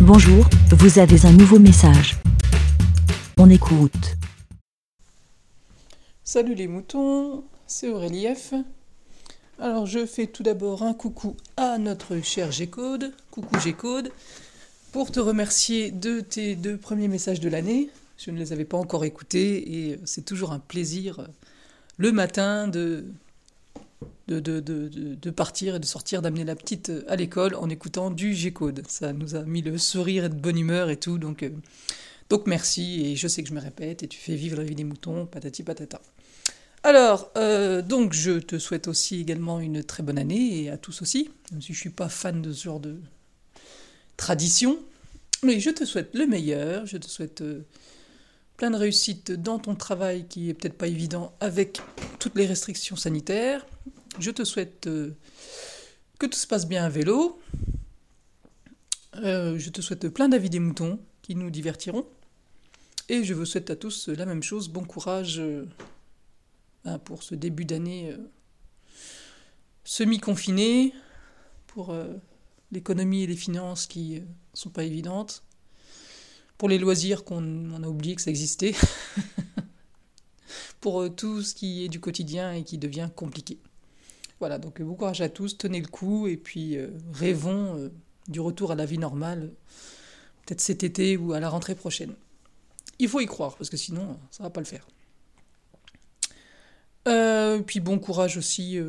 Bonjour, vous avez un nouveau message. On écoute. Salut les moutons, c'est Aurélie F. Alors je fais tout d'abord un coucou à notre cher G-Code, coucou G-Code, pour te remercier de tes 2 premiers messages de l'année. Je ne les avais pas encore écoutés et c'est toujours un plaisir le matin de partir et de sortir, d'amener la petite à l'école en écoutant du G-Code. Ça nous a mis le sourire et de bonne humeur et tout, donc merci, et je sais que je me répète, et tu fais vivre la vie des moutons, patati patata. Alors, donc je te souhaite aussi également une très bonne année, et à tous aussi, même si je suis pas fan de ce genre de tradition, mais je te souhaite le meilleur, je te souhaite plein de réussite dans ton travail qui est peut-être pas évident avec toutes les restrictions sanitaires. Je te souhaite que tout se passe bien à vélo. Je te souhaite plein d'avis des moutons qui nous divertiront. Et je vous souhaite à tous la même chose. Bon courage pour ce début d'année semi-confiné, pour l'économie et les finances qui sont pas évidentes, pour les loisirs qu'on a oublié que ça existait, pour tout ce qui est du quotidien et qui devient compliqué. Voilà, donc bon courage à tous, tenez le coup, et puis rêvons du retour à la vie normale, peut-être cet été ou à la rentrée prochaine. Il faut y croire, parce que sinon, ça va pas le faire. Puis bon courage aussi,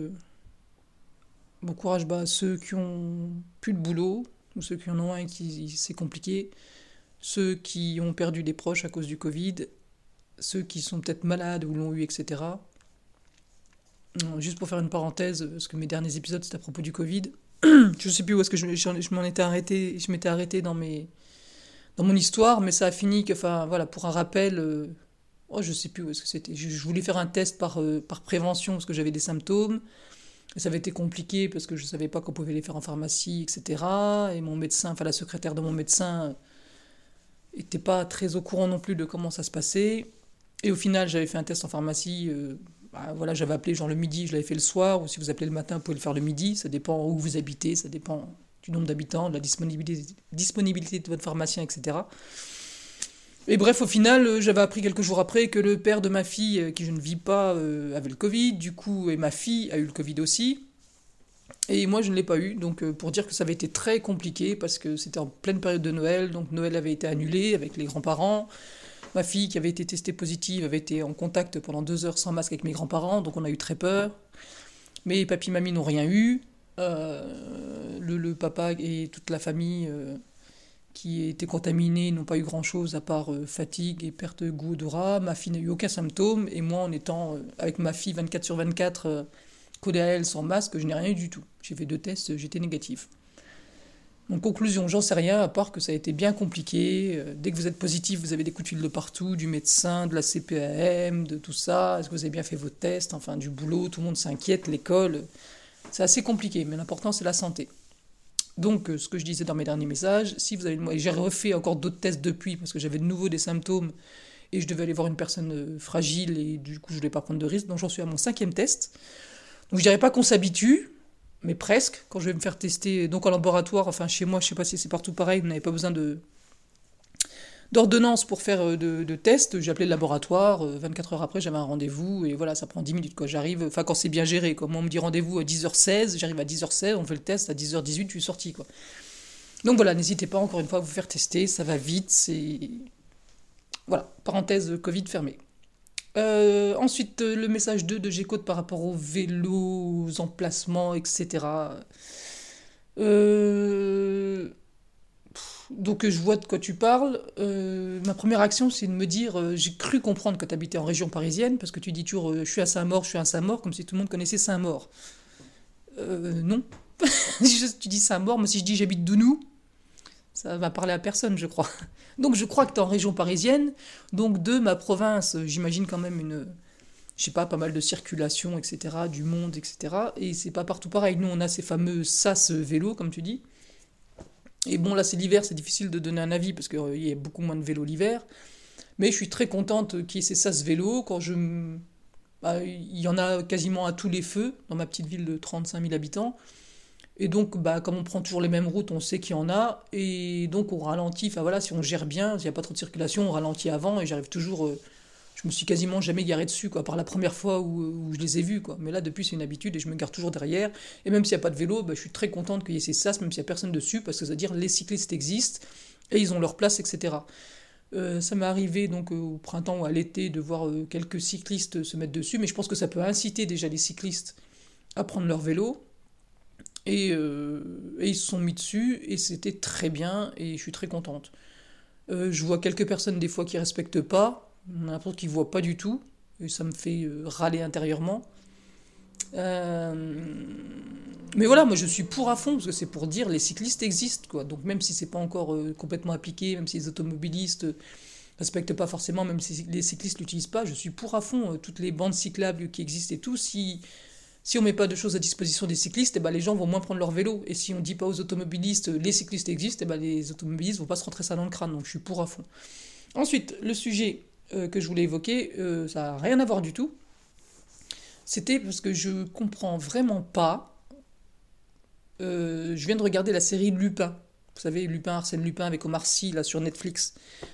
bon courage à ceux qui ont plus de boulot, ou ceux qui en ont un et qui c'est compliqué, ceux qui ont perdu des proches à cause du Covid, ceux qui sont peut-être malades ou l'ont eu, etc. Juste pour faire une parenthèse, parce que mes derniers épisodes c'était à propos du Covid. Je sais plus où est-ce que je m'en étais arrêté. Je m'étais arrêté dans mon histoire, mais ça a fini que, enfin voilà, pour un rappel, je sais plus où est-ce que c'était. Je voulais faire un test par prévention parce que j'avais des symptômes. Et ça avait été compliqué parce que je savais pas qu'on pouvait les faire en pharmacie, etc. Et mon médecin, enfin la secrétaire de mon médecin, était pas très au courant non plus de comment ça se passait. Et au final, j'avais fait un test en pharmacie. Voilà, j'avais appelé genre le midi, je l'avais fait le soir, ou si vous appelez le matin, vous pouvez le faire le midi, ça dépend où vous habitez, ça dépend du nombre d'habitants, de la disponibilité de votre pharmacien, etc. Et bref, au final, j'avais appris quelques jours après que le père de ma fille, qui je ne vis pas, avait le Covid, du coup, et ma fille a eu le Covid aussi, et moi je ne l'ai pas eu, donc pour dire que ça avait été très compliqué, parce que c'était en pleine période de Noël, donc Noël avait été annulé avec les grands-parents. Ma fille, qui avait été testée positive, avait été en contact pendant 2 heures sans masque avec mes grands-parents, donc on a eu très peur. Mais papy, mamie n'ont rien eu. Le papa et toute la famille qui étaient contaminés n'ont pas eu grand-chose à part fatigue et perte de goût, odorat. Ma fille n'a eu aucun symptôme, et moi, en étant avec ma fille 24/24 collée à elle sans masque, je n'ai rien eu du tout. J'ai fait 2 tests, j'étais négatif. Donc conclusion, j'en sais rien, à part que ça a été bien compliqué. Dès que vous êtes positif, vous avez des coups de fil de partout, du médecin, de la CPAM, de tout ça. Est-ce que vous avez bien fait vos tests, enfin du boulot, tout le monde s'inquiète, l'école. C'est assez compliqué, mais l'important c'est la santé. Donc ce que je disais dans mes derniers messages, si vous avez et j'ai refait encore d'autres tests depuis, parce que j'avais de nouveau des symptômes, et je devais aller voir une personne fragile, et du coup je ne voulais pas prendre de risque, donc j'en suis à mon 5e test. Donc je dirais pas qu'on s'habitue, mais presque, quand je vais me faire tester, donc en laboratoire, enfin chez moi, je sais pas si c'est partout pareil, vous n'avez pas besoin d'ordonnance pour faire de tests, j'ai appelé le laboratoire, 24 heures après j'avais un rendez-vous, et voilà, ça prend 10 minutes, quoi, j'arrive, enfin quand c'est bien géré, quoi, moi on me dit rendez-vous à 10h16, j'arrive à 10h16, on fait le test, à 10h18, je suis sorti, quoi. Donc voilà, n'hésitez pas encore une fois à vous faire tester, ça va vite, c'est... Voilà, parenthèse Covid fermée. Ensuite, le message 2 de G-Code par rapport aux vélos, aux emplacements, etc. Donc je vois de quoi tu parles. Ma première action, c'est de me dire, j'ai cru comprendre que tu habitais en région parisienne, parce que tu dis toujours, je suis à Saint-Maur, je suis à Saint-Maur, comme si tout le monde connaissait Saint-Maur. Non. Tu dis Saint-Maur, moi si je dis j'habite Dounou, ça va parler à personne, je crois. Donc je crois que tu es en région parisienne, donc de ma province, j'imagine quand même je sais pas, pas mal de circulation, etc., du monde, etc. Et c'est pas partout pareil. Nous, on a ces fameux sas vélos, comme tu dis. Et bon, là, c'est l'hiver, c'est difficile de donner un avis, parce qu'il y a beaucoup moins de vélos l'hiver. Mais je suis très contente qu'il y ait ces sas vélos. Il y en a quasiment à tous les feux, dans ma petite ville de 35 000 habitants. Et donc, bah, comme on prend toujours les mêmes routes, on sait qu'il y en a, et donc on ralentit. Enfin voilà, si on gère bien, s'il n'y a pas trop de circulation, on ralentit avant, et j'arrive toujours. Je me suis quasiment jamais garé dessus, quoi, par la première fois où je les ai vus, quoi. Mais là, depuis, c'est une habitude, et je me gare toujours derrière. Et même s'il n'y a pas de vélo, bah, je suis très contente qu'il y ait ces sas, même s'il n'y a personne dessus, parce que ça veut dire les cyclistes existent, et ils ont leur place, etc. Ça m'est arrivé donc au printemps ou à l'été de voir quelques cyclistes se mettre dessus, mais je pense que ça peut inciter déjà les cyclistes à prendre leur vélo. Et ils se sont mis dessus et c'était très bien et je suis très contente. Je vois quelques personnes des fois qui respectent pas, on a l'impression qu'ils voient pas du tout et ça me fait râler intérieurement. Euh, mais voilà, moi je suis pour à fond parce que c'est pour dire les cyclistes existent quoi. Donc même si c'est pas encore complètement appliqué, même si les automobilistes respectent pas forcément, même si les cyclistes l'utilisent pas, je suis pour à fond toutes les bandes cyclables qui existent et tout. Si on met pas de choses à disposition des cyclistes, eh ben les gens vont moins prendre leur vélo. Et si on dit pas aux automobilistes les cyclistes existent, eh ben les automobilistes vont pas se rentrer ça dans le crâne. Donc je suis pour à fond. Ensuite, le sujet que je voulais évoquer, ça n'a rien à voir du tout. C'était parce que je comprends vraiment pas. Je viens de regarder la série Lupin. Vous savez, Lupin, Arsène Lupin avec Omar Sy là sur Netflix.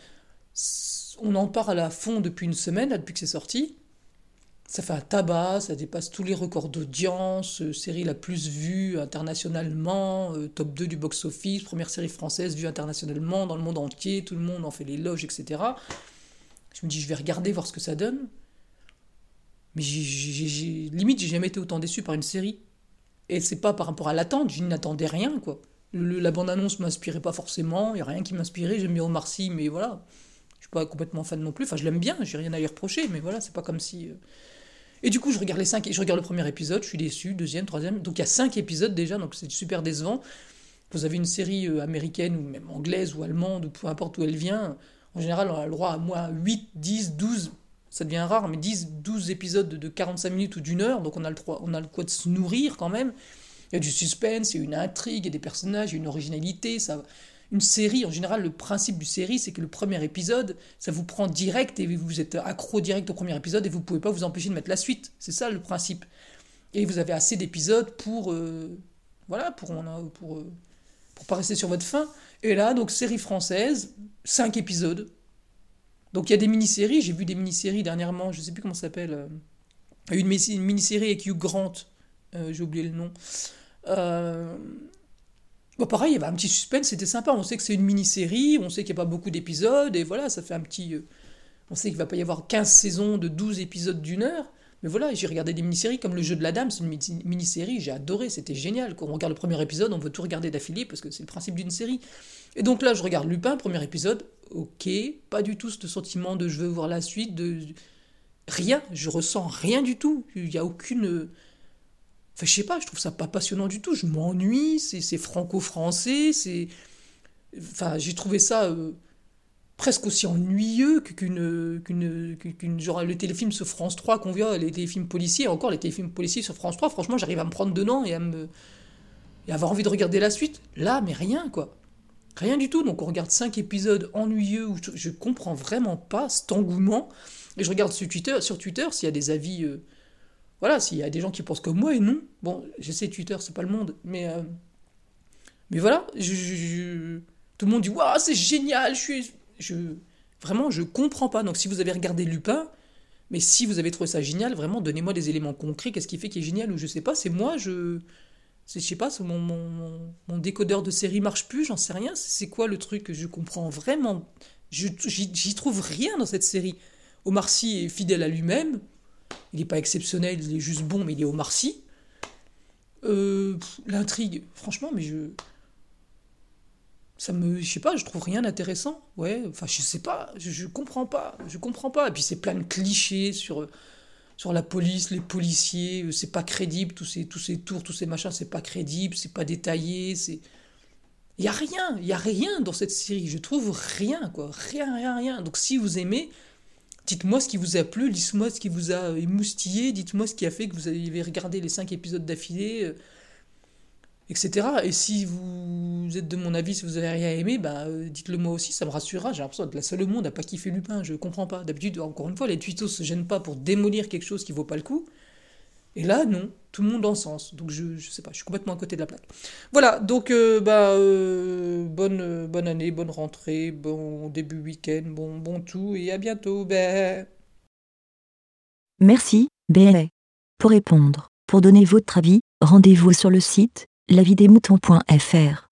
On en parle à fond depuis une semaine, là, depuis que c'est sorti. Ça fait un tabac, ça dépasse tous les records d'audience, série la plus vue internationalement, top 2 du box-office, première série française vue internationalement, dans le monde entier, tout le monde en fait l'éloge, etc. Je me dis, je vais regarder, voir ce que ça donne. Mais limite, j'ai jamais été autant déçu par une série. Et c'est pas par rapport à l'attente, je n'attendais rien, quoi. La bande-annonce m'inspirait pas forcément, il n'y a rien qui m'inspirait, j'aime bien Omar Sy, mais voilà. Je suis pas complètement fan non plus, enfin je l'aime bien, j'ai rien à lui reprocher, mais voilà, c'est pas comme si... Et du coup, je regarde le premier épisode, je suis déçu, deuxième, troisième. Donc il y a 5 épisodes déjà, donc c'est super décevant. Vous avez une série américaine ou même anglaise ou allemande ou peu importe où elle vient, en général on a le droit à moins 8, 10, 12, ça devient rare, mais 10, 12 épisodes de 45 minutes ou d'une heure, donc on a le quoi de se nourrir quand même. Il y a du suspense, il y a une intrigue, il y a des personnages, il y a une originalité, ça... Une série, en général, le principe du série, c'est que le premier épisode, ça vous prend direct et vous êtes accro direct au premier épisode et vous pouvez pas vous empêcher de mettre la suite. C'est ça le principe. Et vous avez assez d'épisodes pour, voilà, pour pas rester sur votre faim. Et là, donc série française, 5 épisodes. Donc il y a des mini-séries. J'ai vu des mini-séries dernièrement. Je sais plus comment ça s'appelle. Il y a eu une mini-série avec Hugh Grant. J'ai oublié le nom. Euh, Bon, pareil, il y avait un petit suspense, c'était sympa. On sait que c'est une mini-série, on sait qu'il n'y a pas beaucoup d'épisodes, et voilà, ça fait un petit. On sait qu'il va pas y avoir 15 saisons de 12 épisodes d'une heure. Mais voilà, j'ai regardé des mini-séries comme Le Jeu de la Dame, c'est une mini-série, j'ai adoré, c'était génial. Quand on regarde le premier épisode, on veut tout regarder d'affilée parce que c'est le principe d'une série. Et donc là, je regarde Lupin, premier épisode, ok, pas du tout ce sentiment de je veux voir la suite, de. Rien, je ressens rien du tout. Il n'y a aucune. Enfin, je sais pas, je trouve ça pas passionnant du tout. Je m'ennuie, c'est franco-français, c'est. Enfin, j'ai trouvé ça presque aussi ennuyeux genre les téléfilms sur France 3 qu'on voit, les téléfilms policiers. Encore, les téléfilms policiers sur France 3, franchement, j'arrive à me prendre dedans et avoir envie de regarder la suite. Là, mais rien, quoi. Rien du tout. Donc, on regarde 5 épisodes ennuyeux où je comprends vraiment pas cet engouement. Et je regarde sur Twitter s'il y a des avis. Voilà, s'il y a des gens qui pensent comme moi et non. Bon, je sais, Twitter, c'est pas le monde, mais voilà, tout le monde dit waouh, c'est génial, vraiment, je comprends pas. Donc, si vous avez regardé Lupin, mais si vous avez trouvé ça génial, vraiment, donnez-moi des éléments concrets. Qu'est-ce qui fait qu'il est génial ou je sais pas. C'est moi, je sais pas, mon décodeur de série marche plus, j'en sais rien. C'est quoi le truc que je comprends vraiment. J'y trouve rien dans cette série. Omar Sy est fidèle à lui-même. Il n'est pas exceptionnel, il est juste bon, mais il est Omar Sy. L'intrigue, franchement, mais je sais pas, je trouve rien d'intéressant. Ouais, enfin, je sais pas, je comprends pas, je comprends pas. Et puis c'est plein de clichés sur la police, les policiers, c'est pas crédible, tous ces tours, tous ces machins, c'est pas crédible, c'est pas détaillé, c'est. Il y a rien dans cette série, je trouve rien, quoi, rien. Donc si vous aimez. Dites-moi ce qui vous a plu, dites-moi ce qui vous a émoustillé, dites-moi ce qui a fait que vous avez regardé les 5 épisodes d'affilée, etc. Et si vous êtes de mon avis, si vous avez rien aimé, bah, dites-le moi aussi, ça me rassurera. J'ai l'impression d'être la seule au monde à pas kiffer Lupin, je comprends pas. D'habitude, encore une fois, les tutos se gênent pas pour démolir quelque chose qui vaut pas le coup. Et là, non, tout le monde encense. Donc je sais pas, je suis complètement à côté de la plaque. Voilà, donc bonne année, bonne rentrée, bon début week-end, bon tout, et à bientôt. Ben. Merci, BLA. Pour répondre, pour donner votre avis, rendez-vous sur le site lavidesmoutons.fr.